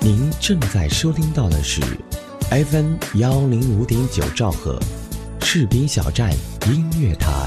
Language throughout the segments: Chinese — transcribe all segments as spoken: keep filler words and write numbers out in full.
您正在收听到的是 F M 幺零五点九兆赫士兵小站音乐台。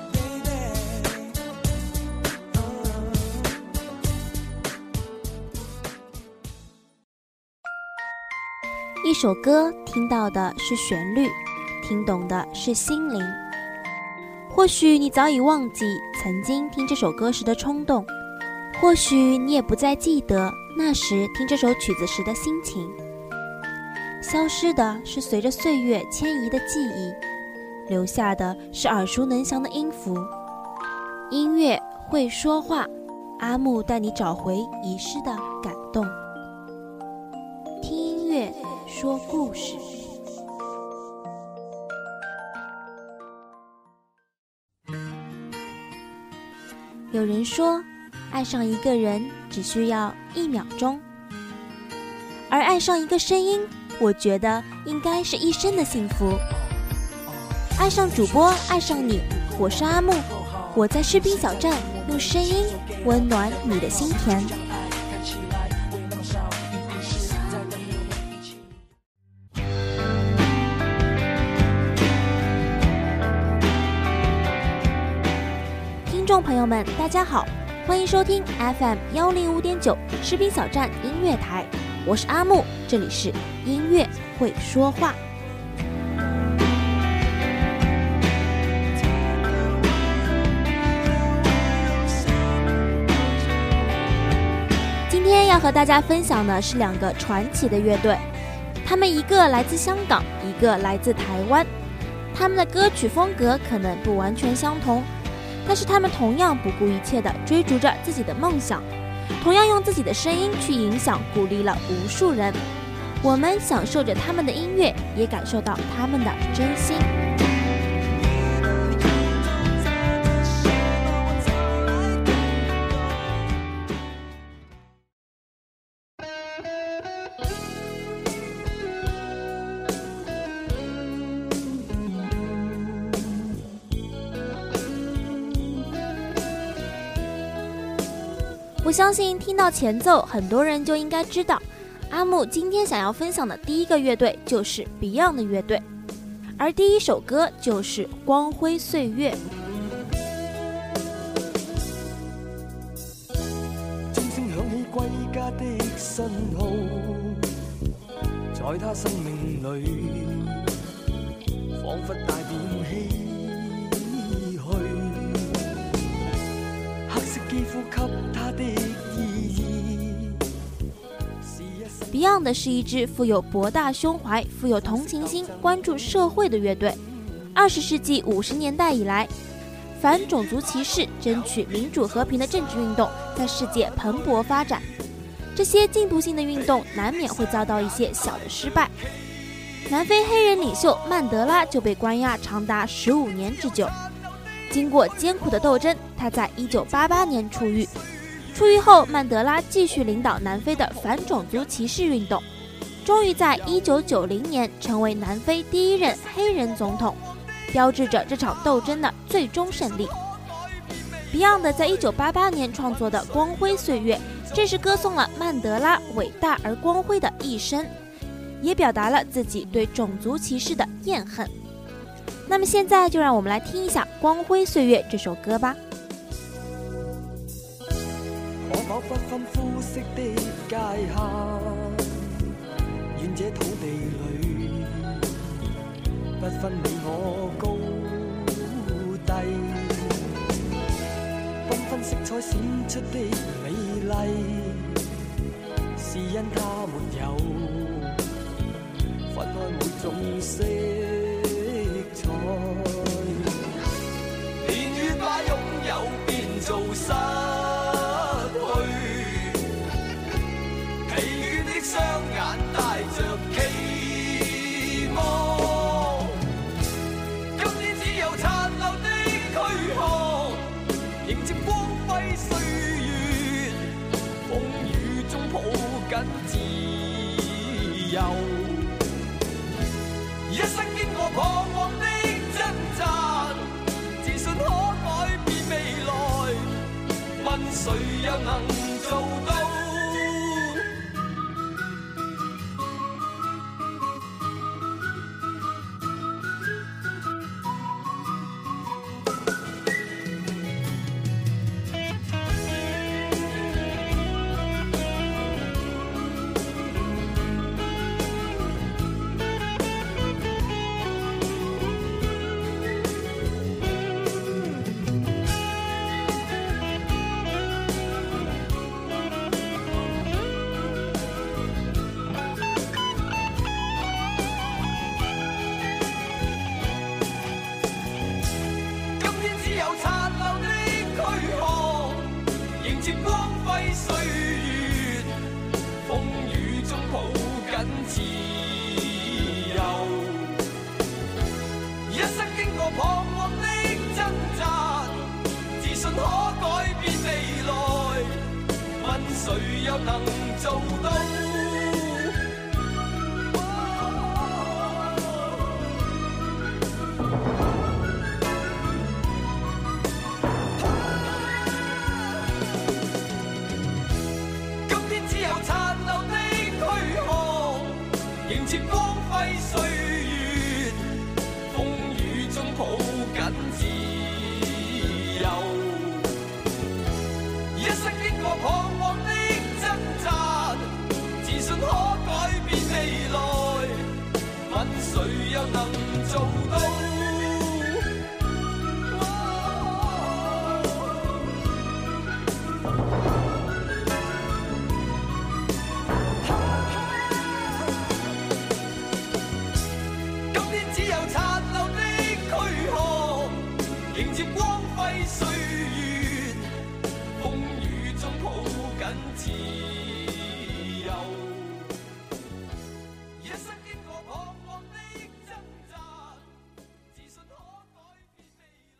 一首歌听到的是旋律，听懂的是心灵。或许你早已忘记曾经听这首歌时的冲动，或许你也不再记得那时听这首曲子时的心情。消失的是随着岁月迁移的记忆，留下的是耳熟能详的音符。音乐会说话，阿木带你找回遗失的感动。听音乐说故事。有人说，爱上一个人只需要一秒钟，而爱上一个声音，我觉得应该是一生的幸福。爱上主播，爱上你，我是阿木，我在士兵小站用声音温暖你的心田。听众朋友们大家好，欢迎收听 F M 幺零五点九士兵小站音乐台，我是阿木，这里是音乐会说话。今天要和大家分享的是两个传奇的乐队，他们一个来自香港，一个来自台湾，他们的歌曲风格可能不完全相同，但是他们同样不顾一切地追逐着自己的梦想，同样用自己的声音去影响鼓励了无数人。我们享受着他们的音乐，也感受到他们的真心。我相信听到前奏，很多人就应该知道，阿木今天想要分享的第一个乐队就是 Beyond 的乐队，而第一首歌就是《光辉岁月》。 鐘聲響起歸家的信號，在他生命裡彷彿帶點唏噓，黑色肌膚給他的意義。 Beyond 是一支富有博大胸怀、富有同情心、关注社会的乐队。二十世纪五十年代以来，反种族歧视、争取民主和平的政治运动在世界蓬勃发展。这些进步性的运动难免会遭到一些小的失败。南非黑人领袖曼德拉就被关押长达十五年之久。经过艰苦的斗争，他在一九八八年出狱。出狱后，曼德拉继续领导南非的反种族歧视运动，终于在一九九零年成为南非第一任黑人总统，标志着这场斗争的最终胜利。Beyond 在一九八八年创作的《光辉岁月》正是歌颂了曼德拉伟大而光辉的一生，也表达了自己对种族歧视的厌恨。那么现在就让我们来聽一下《光輝歲月》這首歌吧。 可否不分膚色的界限，願這土地裏不分你我高低，繽紛色彩閃出的美麗，是因它沒有分開每種色彩，年月把擁有變做失雙眼帶着期望，今天只有殘留的軀殼，迎接光輝歲月，風雨中抱緊自由，一生經過彷徨的掙扎，自信可改變未來，問誰又能做到？ 光輝歲月，風雨中抱緊自由。一生經過彷徨的掙扎，自信可改變未來，問誰又能做到？迎接光輝歲月，風雨中抱緊自由。一生經過彷徨的掙扎，自信可改變未來，問誰又能做到？迎接光輝歲月，風雨中抱緊自由。一生經過彷徨的掙扎，自信可改變未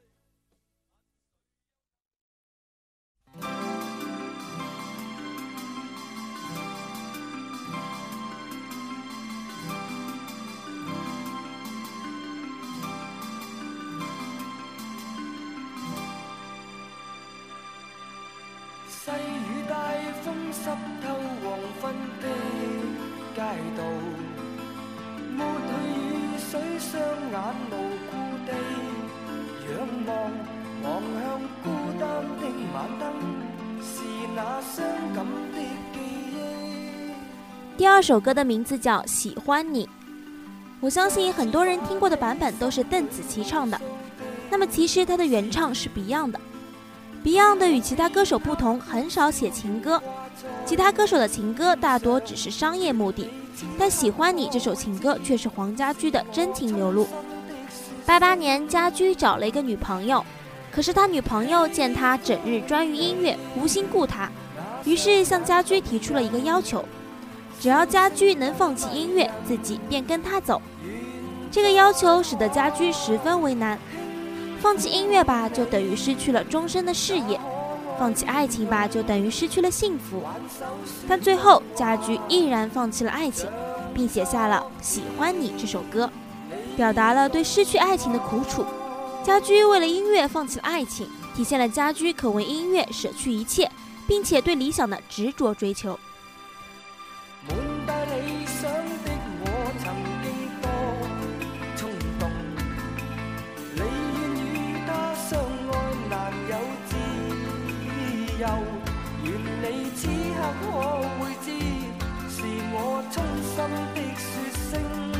細雨大風濕透黃昏的街道，抹去雨水雙眼無故地仰望，望向孤單的晚燈，是那傷感的記憶。 第二首歌的名字叫《喜歡你》，我相信很多人听过的版本都是邓紫棋唱的，那么其实她的原唱是 Beyond 的。Beyond 与其他歌手不同，很少写情歌，其他歌手的情歌大多只是商业目的，但《喜欢你》这首情歌却是黄家驹的真情流露。八八年，家驹找了一个女朋友，可是他女朋友见他整日专于音乐，无心顾他，于是向家驹提出了一个要求，只要家驹能放弃音乐，自己便跟他走。这个要求使得家驹十分为难，放弃音乐吧，就等于失去了终身的事业；放弃爱情吧，就等于失去了幸福。但最后，家驹毅然放弃了爱情，并写下了《喜欢你》这首歌，表达了对失去爱情的苦楚。家驹为了音乐放弃了愛情，體現了家驹肯為音樂捨去一切，並且對理想的執着追求。 滿帶理想的我曾幾多衝動，你願與他相愛難有自由，願你此刻可會知，是我衷心的說聲。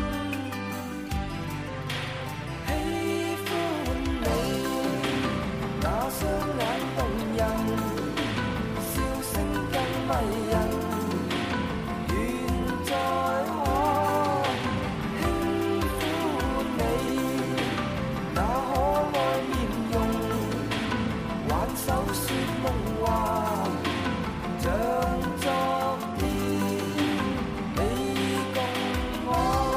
雙眼動人，笑聲更迷人，願再可輕撫你那可愛面容，挽手說夢話，像昨天你共我。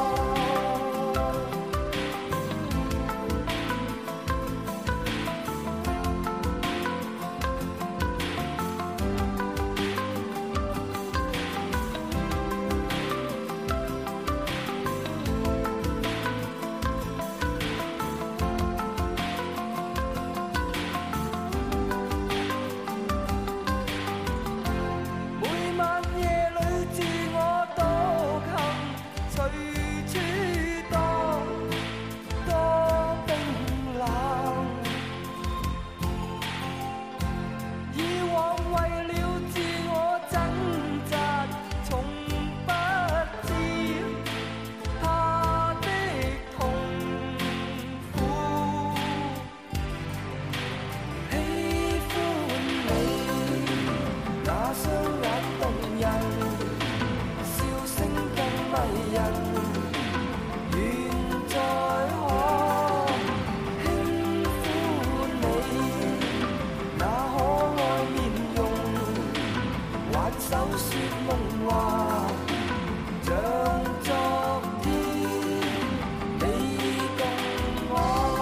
挽手说梦话，像昨天你共我。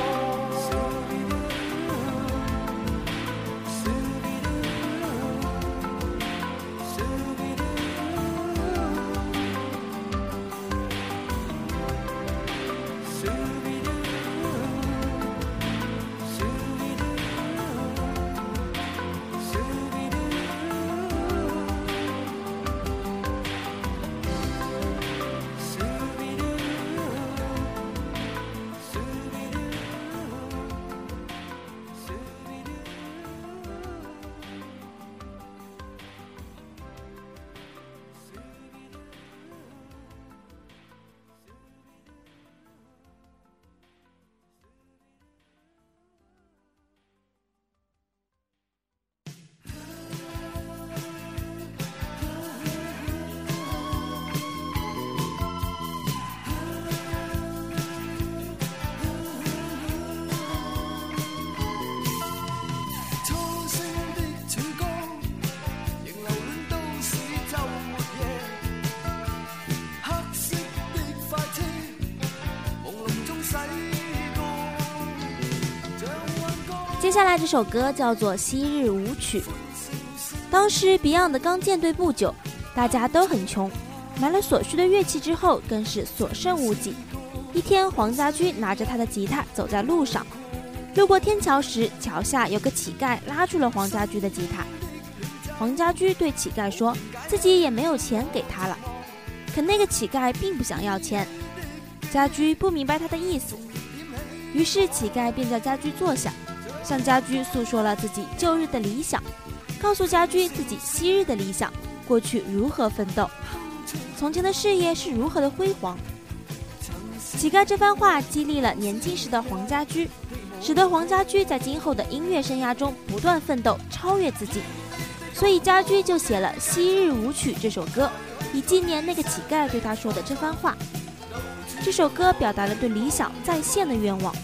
接下来这首歌叫做《昔日舞曲》。当时 Beyond 刚建队不久，大家都很穷，买了所需的乐器之后更是所剩无几。一天，黄家驹拿着他的吉他走在路上，路过天桥时，桥下有个乞丐拉住了黄家驹的吉他。黄家驹对乞丐说自己也没有钱给他了，可那个乞丐并不想要钱，家驹不明白他的意思，于是乞丐便叫家驹坐下，向家驹诉说了自己旧日的理想，告诉家驹自己昔日的理想，过去如何奋斗，从前的事业是如何的辉煌。乞丐这番话激励了年轻时的黄家驹，使得黄家驹在今后的音乐生涯中不断奋斗，超越自己。所以家驹就写了《昔日舞曲》这首歌，以纪念那个乞丐对他说的这番话。这首歌表达了对理想再现的愿望。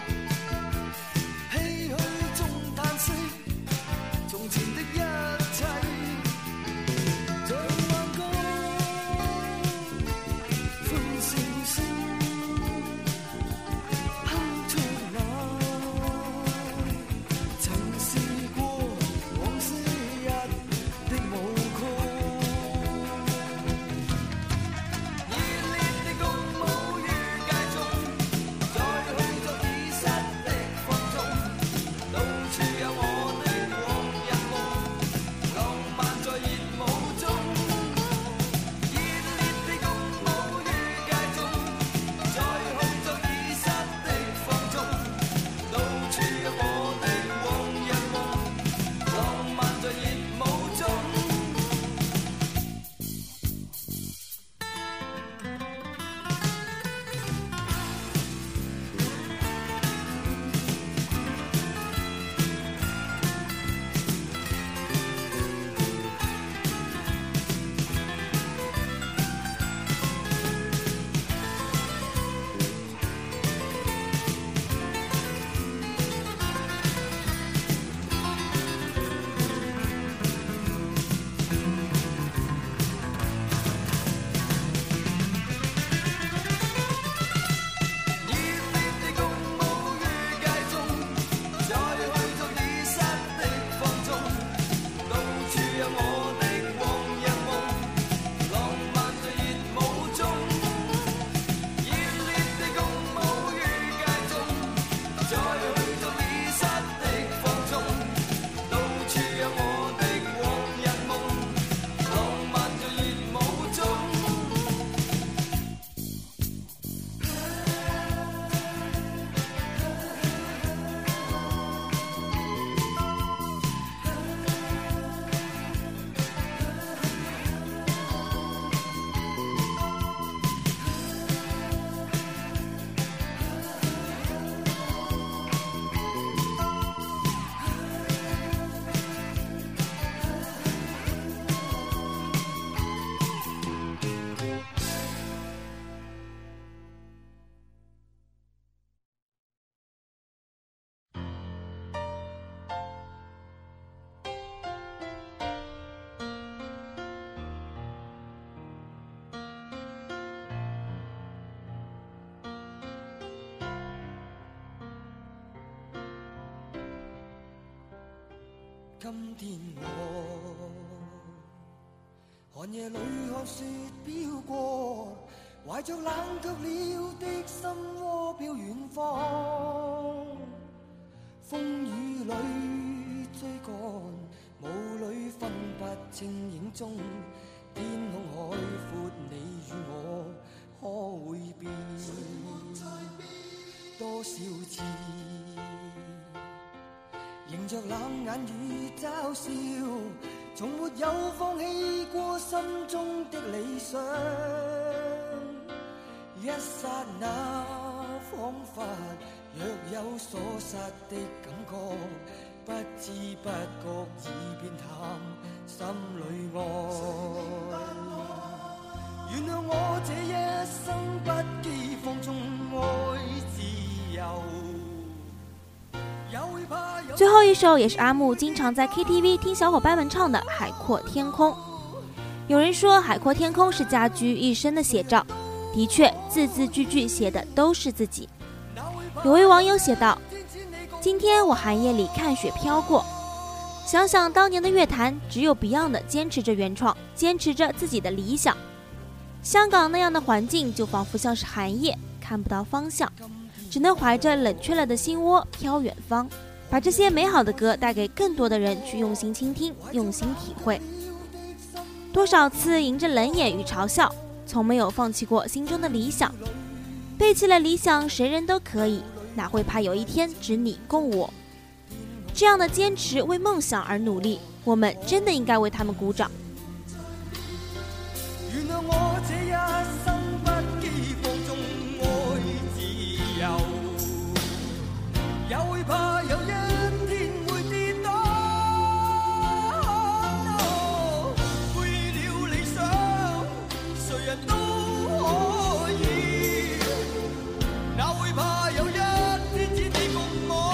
从前的一切今天我寒夜里看雪飘過，懷着冷卻了的心窩飄遠方，風雨裏追趕，霧裏分不清影蹤，天空海闊，你與我可會變多少次，迎着冷眼與嘲笑，從沒有放棄過心中的理想，一剎那彷彿若有所失的感覺，不知不覺已變淡心裏愛，原諒我這一生不羈放縱愛自由。 最后一首也是阿木经常在 K T V 听小伙伴们唱的《海阔天空》。有人说《海阔天空》是家驹一生的写照，的确字字句句写的都是自己。有位网友写道，今天我寒夜里看雪飘过，想想当年的乐坛，只有 Beyond 坚持着原创，坚持着自己的理想。香港那样的环境就仿佛像是寒夜，看不到方向，只能怀着冷却了的心窝飘远方，把这些美好的歌带给更多的人去用心倾听，用心体会。多少次迎着冷眼与嘲笑，从没有放弃过心中的理想。背弃了理想，谁人都可以，哪会怕有一天只你共我？这样的坚持为梦想而努力，我们真的应该为他们鼓掌。 原諒我這一生不羈放縱愛自由，也會怕有一天會跌倒，背了理想，誰人都可以，哪會怕有一天只你共我。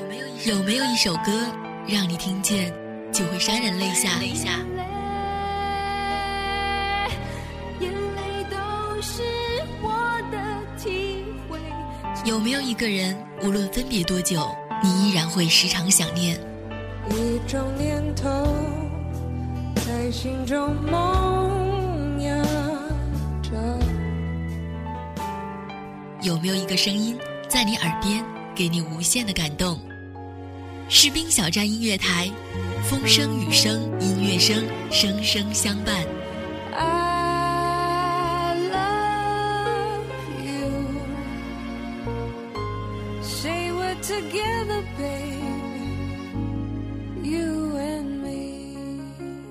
有没有一首歌让你听见就会潸然泪下？泪下。 眼泪都是我的体会。 有没有一个人，无论分别多久，你依然会时常想念？ 一种念头在心中萌芽着。 有没有一个声音在你耳边，给你无限的感动？士兵小站音乐台，风声雨声音乐声，声声相伴。 I love you. Say we're together, baby, you and me.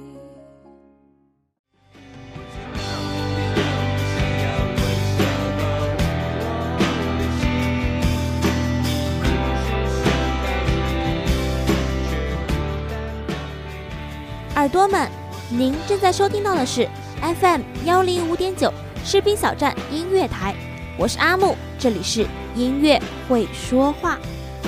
耳朵们，您正在收听到的是 F M 幺零五点九士兵小站音乐台，我是阿木，这里是音乐会说话。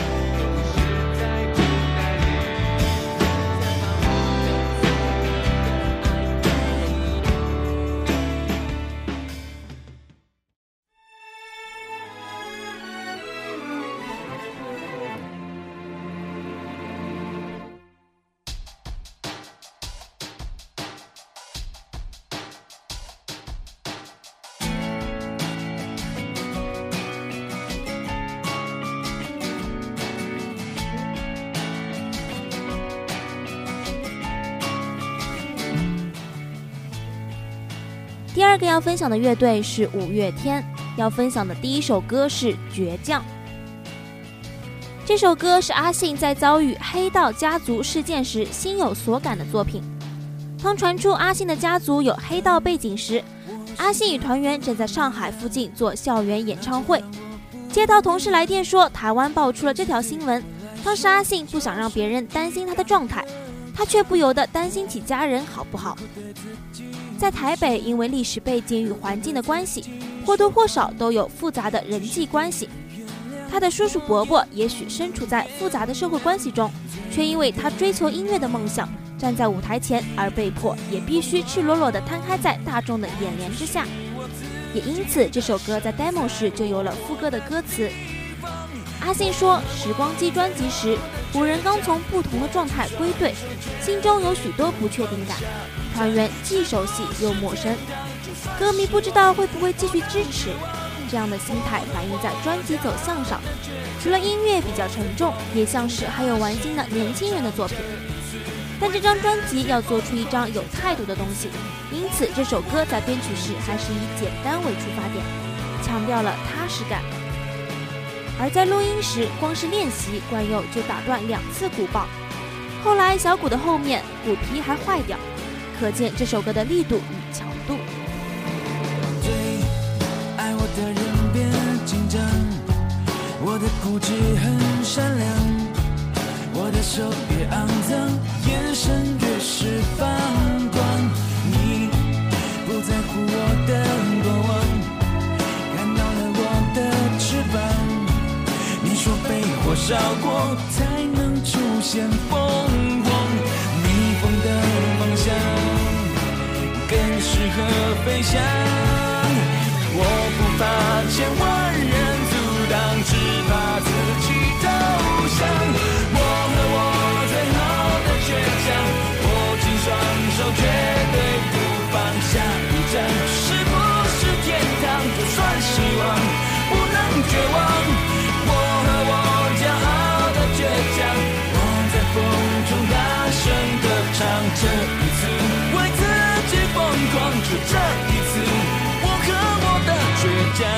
第二个要分享的乐队是五月天，要分享的第一首歌是《倔强》。这首歌是阿信在遭遇黑道家族事件时心有所感的作品。当传出阿信的家族有黑道背景时，阿信与团员正在上海附近做校园演唱会，接到同事来电说台湾爆出了这条新闻。当时阿信不想让别人担心他的状态，他却不由得担心起家人好不好。在台北，因为历史背景与环境的关系，或多或少都有复杂的人际关系。他的叔叔伯伯也许身处在复杂的社会关系中，却因为他追求音乐的梦想，站在舞台前而被迫也必须赤裸裸地摊开在大众的眼帘之下。也因此，这首歌在 demo 时就有了副歌的歌词。阿信说，时光机专辑时，五人刚从不同的状态归队，心中有许多不确定感，团员既熟悉又陌生，歌迷不知道会不会继续支持。这样的心态反映在专辑走向上，除了音乐比较沉重，也像是还有玩心的年轻人的作品。但这张专辑要做出一张有态度的东西，因此这首歌在编曲时还是以简单为出发点，强调了踏实感。而在录音时，光是练习，冠佑就打断两次鼓棒，后来小鼓的后面鼓皮还坏掉，可见这首歌的力度与强度。 最爱我的人别紧张，我的固执很善良，我的手越肮脏，眼神越是放光。你不在乎我的过往，看到了我的翅膀。你说被火烧过才能出现凤凰，逆风的方向更适合飞翔。我不怕千万人阻挡，只怕自己投降。我和我最后的倔强，握紧双手绝对不放下一站。是不是天堂？就算失望，不能绝望。我和我骄傲的倔强，我在风中大声地唱，这一次为自己疯狂，就这一次我和我的倔强。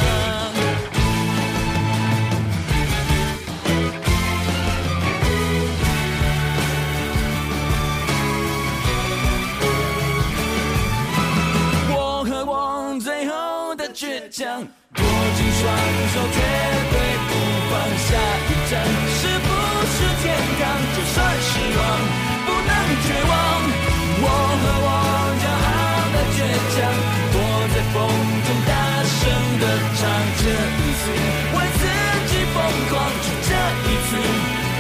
我和我最后的倔强，握紧双手绝对不放下一站。是不是天堂？就算失望，不能绝望。我和我骄傲的倔强，我在风中大声地唱，这一次为自己疯狂，就这一次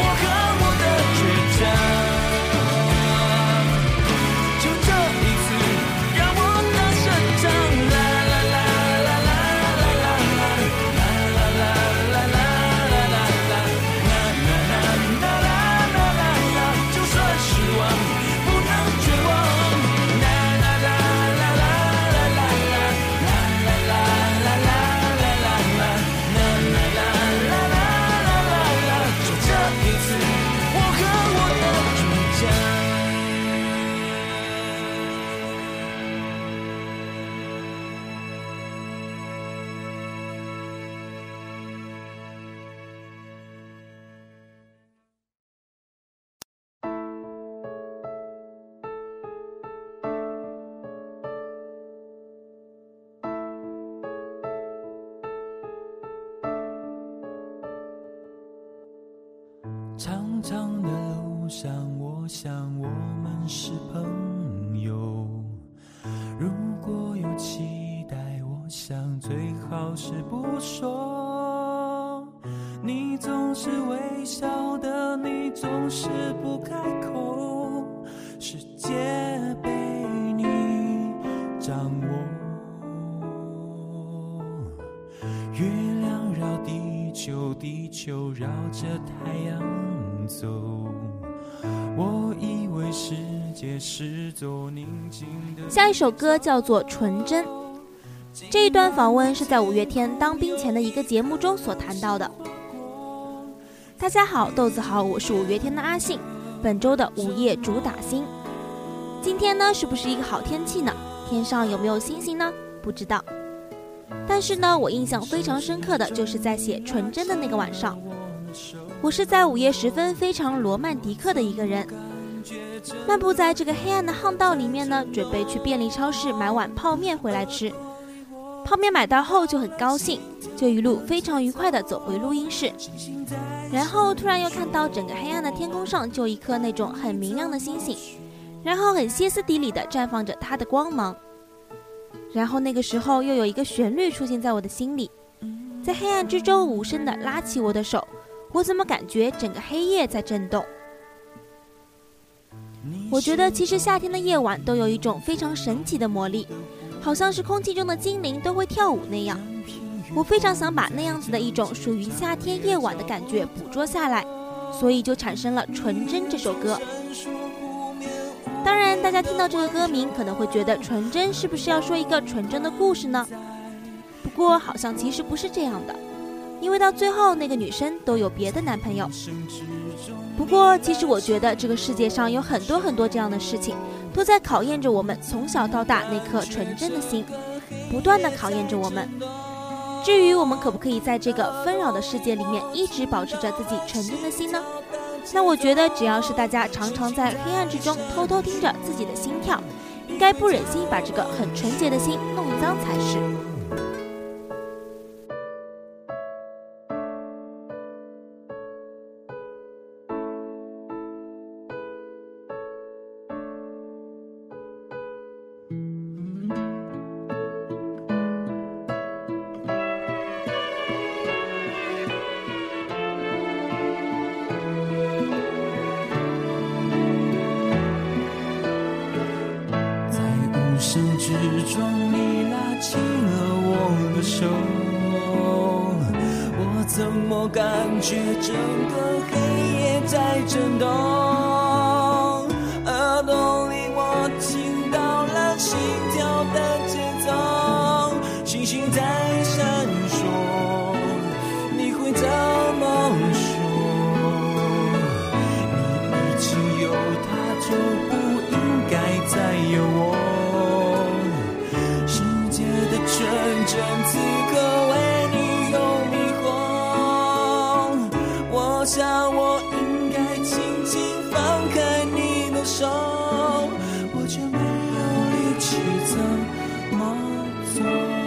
长长的路上，我想我们是朋友。如果有期待，我想最好是不说。你总是微笑的，你总是不开口，世界被你掌握。月亮绕地球，地球绕着太阳走。我以为世界是座宁静的。 下一首歌叫做《纯真》。这一段访问是在五月天当兵前的一个节目中所谈到的。大家好，豆子好，我是五月天的阿信，本周的午夜主打星。今天呢，是不是一个好天气呢？天上有没有星星呢？不知道。但是呢，我印象非常深刻的就是在写《纯真》的那个晚上，我是在午夜时分非常罗曼蒂克的一个人，漫步在这个黑暗的巷道里面呢，准备去便利超市买碗泡面回来吃。泡面买到后就很高兴，就一路非常愉快地走回录音室，然后突然又看到整个黑暗的天空上就一颗那种很明亮的星星，然后很歇斯底里地绽放着它的光芒。然后那个时候又有一个旋律出现在我的心里，在黑暗之中无声地拉起我的手，我怎么感觉整个黑夜在震动。我觉得其实夏天的夜晚都有一种非常神奇的魔力，好像是空气中的精灵都会跳舞那样。我非常想把那样子的一种属于夏天夜晚的感觉捕捉下来，所以就产生了《纯真》这首歌。当然大家听到这个歌名可能会觉得纯真是不是要说一个纯真的故事呢？不过好像其实不是这样的，因为到最后那个女生都有别的男朋友。不过其实我觉得这个世界上有很多很多这样的事情，都在考验着我们从小到大那颗纯真的心，不断地考验着我们。至于我们可不可以在这个纷扰的世界里面一直保持着自己纯真的心呢？那我觉得只要是大家常常在黑暗之中偷偷听着自己的心跳，应该不忍心把这个很纯洁的心弄脏才是。 之中你拉起了我的手，我怎么感觉整个黑夜在震动，耳朵里我听到了心跳的节奏，星星在闪烁，你会怎么说？你已经有他就不应该再有我，纯真此刻为你有迷惑，我想我应该轻轻放开你的手，我却没有力气怎么做。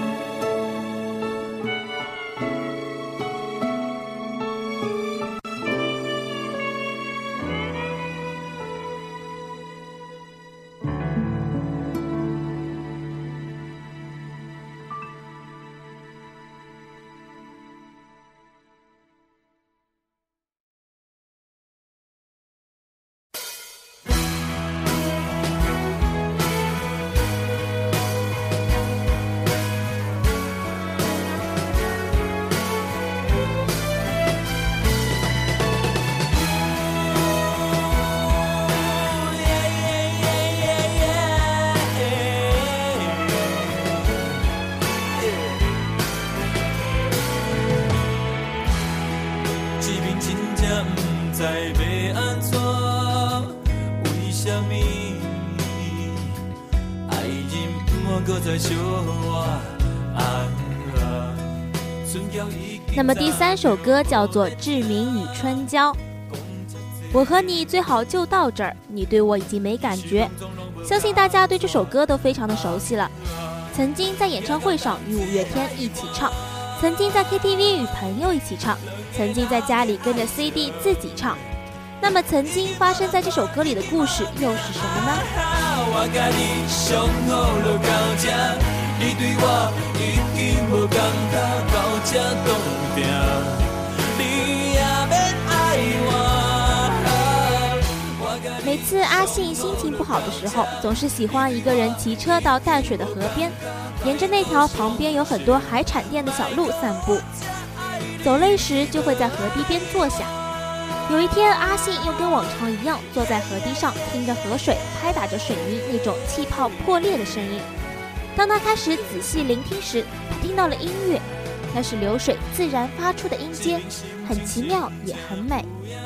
在被安错，为什么爱情不能够再相活？ 那么第三首歌叫做《志明与春娇》。我和你最好就到这儿，你对我已经没感觉。相信大家对这首歌都非常的熟悉了。曾经在演唱会上与五月天一起唱，曾经在 K T V 与朋友一起唱，曾经在家里跟着 C D 自己唱。 那么曾经发生在这首歌里的故事又是什么呢？ 我甲你上好就到这，你对我已经无感觉，到这冻定，你也免爱我。 每次阿信心情不好的时候，总是喜欢一个人骑车到淡水的河边，沿着那条旁边有很多海产店的小路散步。走累时就会在河堤边坐下。有一天，阿信又跟往常一样坐在河堤上，听着河水拍打着水泥那种气泡破裂的声音。当他开始仔细聆听时，他听到了音乐，那是流水自然发出的音阶，很奇妙也很美。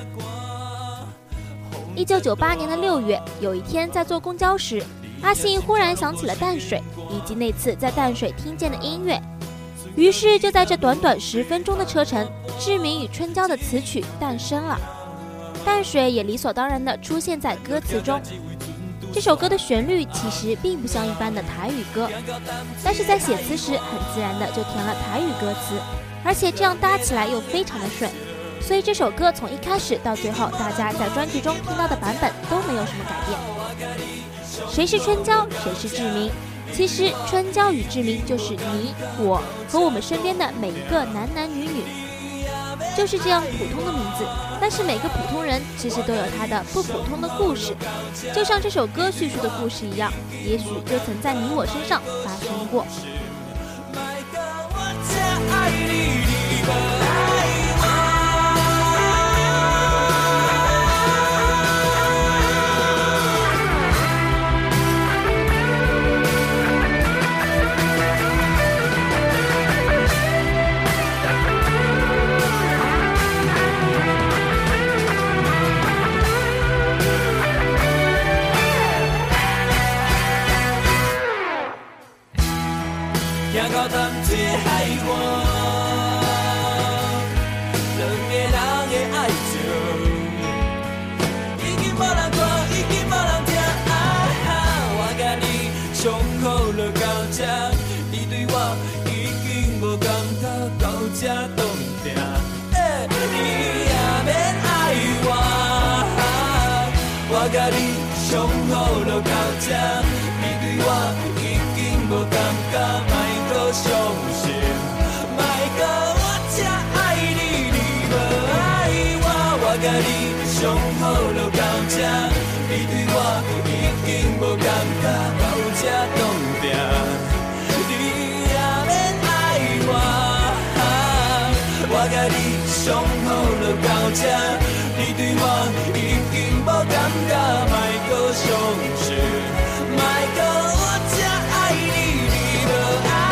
一九九八年的六月，有一天在坐公交时，阿信忽然想起了淡水，以及那次在淡水听见的音乐。于是就在这短短十分钟的车程，志明与春娇的词曲诞生了，淡水也理所当然地出现在歌词中。这首歌的旋律其实并不像一般的台语歌，但是在写词时很自然的就填了台语歌词，而且这样搭起来又非常的顺，所以这首歌从一开始到最后，大家在专辑中听到的版本都没有什么改变。谁是春娇，谁是志明？其实春娇与志明就是你我和我们身边的每一个男男女女，就是这样普通的名字，但是每个普通人其实都有他的不普通的故事，就像这首歌叙述的故事一样，也许就曾在你我身上发生过。 行到淡水的海岸，两个人的爱情，已经无人看，已经无人听。啊，我甲你上好就到这，你对我已经无感觉，到这冻定。欸，你也免爱我，我甲你上好就到这，你对我已经无感觉。相信，莫搁我这爱你，你无爱我，我甲你上好就到这，你对我已经无感觉，到这冻定，你也免爱我，我甲你上好就到这，你对我已经无感觉，莫搁相信，莫搁我这爱你，你无爱。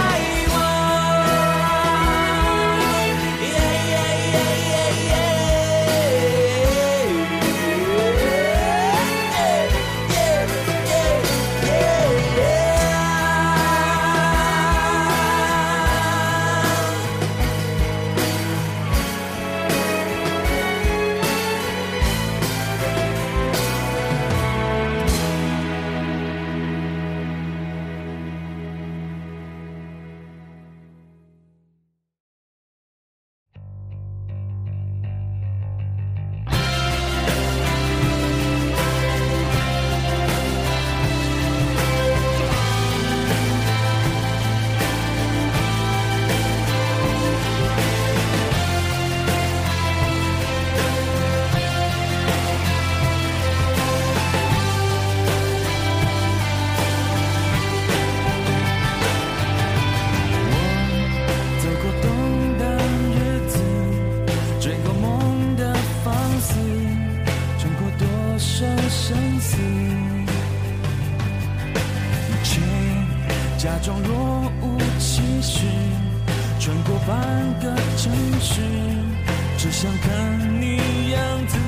假装若无其事，穿过半个城市，只想看你样子。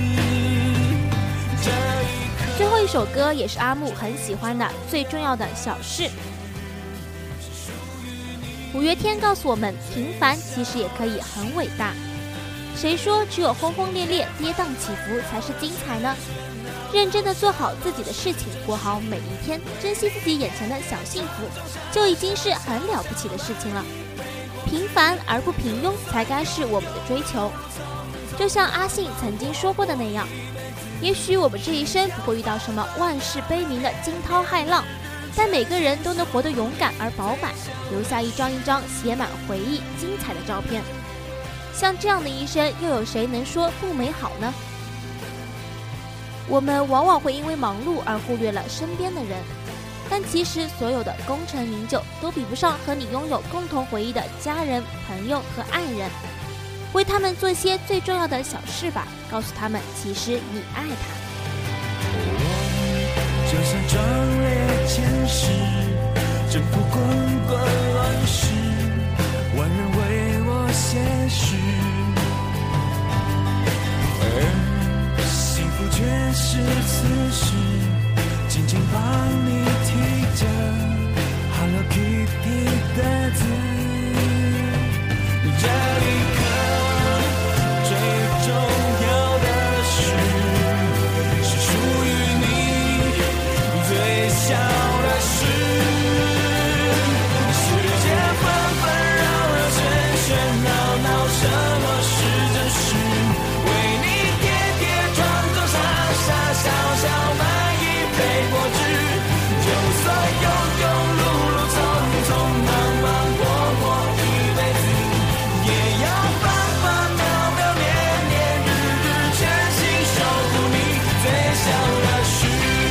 最后一首歌也是阿木很喜欢的，最重要的小事。五月天告诉我们，平凡其实也可以很伟大。谁说只有轰轰烈烈、跌宕起伏才是精彩呢？认真的做好自己的事情，过好每一天，珍惜自己眼前的小幸福，就已经是很了不起的事情了。平凡而不平庸，才该是我们的追求。 就像阿信曾经说过的那样，也许我们这一生不会遇到什么万事悲鸣的惊涛骇浪，但每个人都能活得勇敢而饱满，留下一张一张写满回忆精彩的照片。像这样的一生，又有谁能说不美好呢？我们往往会因为忙碌而忽略了身边的人，但其实所有的功成名就都比不上和你拥有共同回忆的家人、朋友和爱人。为他们做一些最重要的小事吧，告诉他们其实你爱他。 我就像壮烈前世，征服滚滚乱世，万人为我写诗，而幸福却是此时紧紧帮你提着 Hello Kitty 的字。这一刻最重要的事，是属于你最小的事。世界纷纷扰扰，喧喧闹闹，什么是真实？为你跌跌撞撞，傻傻笑笑，买一杯果汁。就算庸庸碌碌，匆匆忙忙，过过一辈子，也要分分秒秒，年年日日，全心守护你最小的事。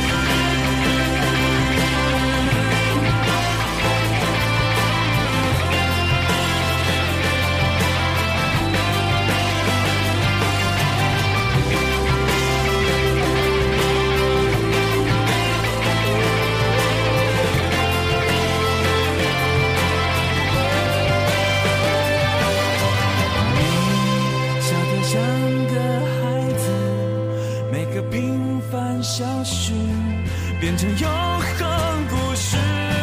像个孩子，每个平凡小事变成永恒故事。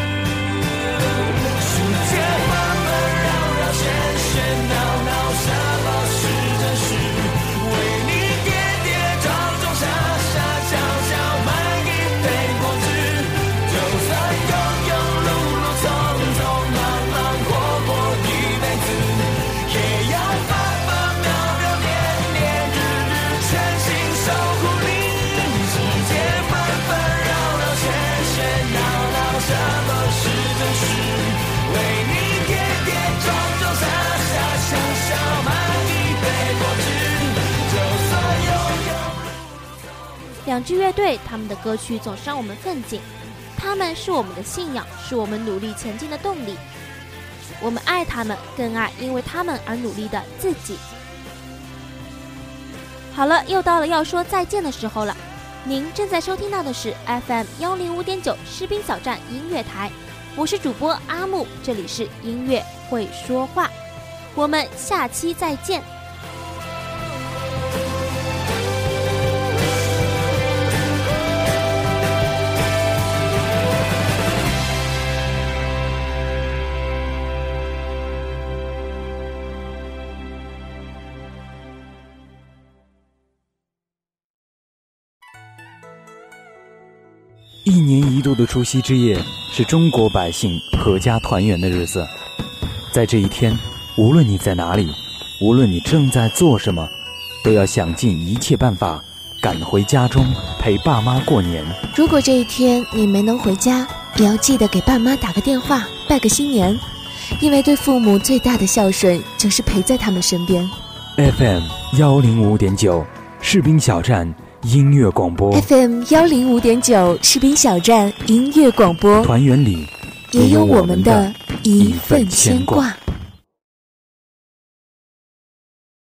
世界纷纷扰扰，喧喧闹闹，什么是真实？为你跌跌撞撞，傻傻笑笑，买一杯果汁。就算庸庸碌碌，匆匆忙忙，过过一辈子，也要分分秒秒，年年日日，全心守护你。世界纷纷扰扰，喧喧闹闹，什么是真实？为你跌跌撞撞，傻傻笑笑，买一杯果汁。就算拥有两支乐队，他们的歌曲总是让我们奋进，他们是我们的信仰，是我们努力前进的动力。我们爱他们，更爱因为他们而努力的自己。好了，又到了要说再见的时候了。您正在收听到的是 F M 一零五点九士兵小站音乐台，我是主播阿木，这里是音乐会说话，我们下期再见。 一年一度的除夕之夜是中国百姓阖家团圆的日子，在这一天，无论你在哪里，无论你正在做什么，都要想尽一切办法赶回家中陪爸妈过年。 如果这一天你没能回家，也要记得给爸妈打个电话，拜个新年，因为对父母最大的孝顺就是陪在他们身边。 F M 一零五点九 士兵小站音乐广播 F M 一零五点九士兵小站音乐广播， 团圆里也有我们的一份牵挂。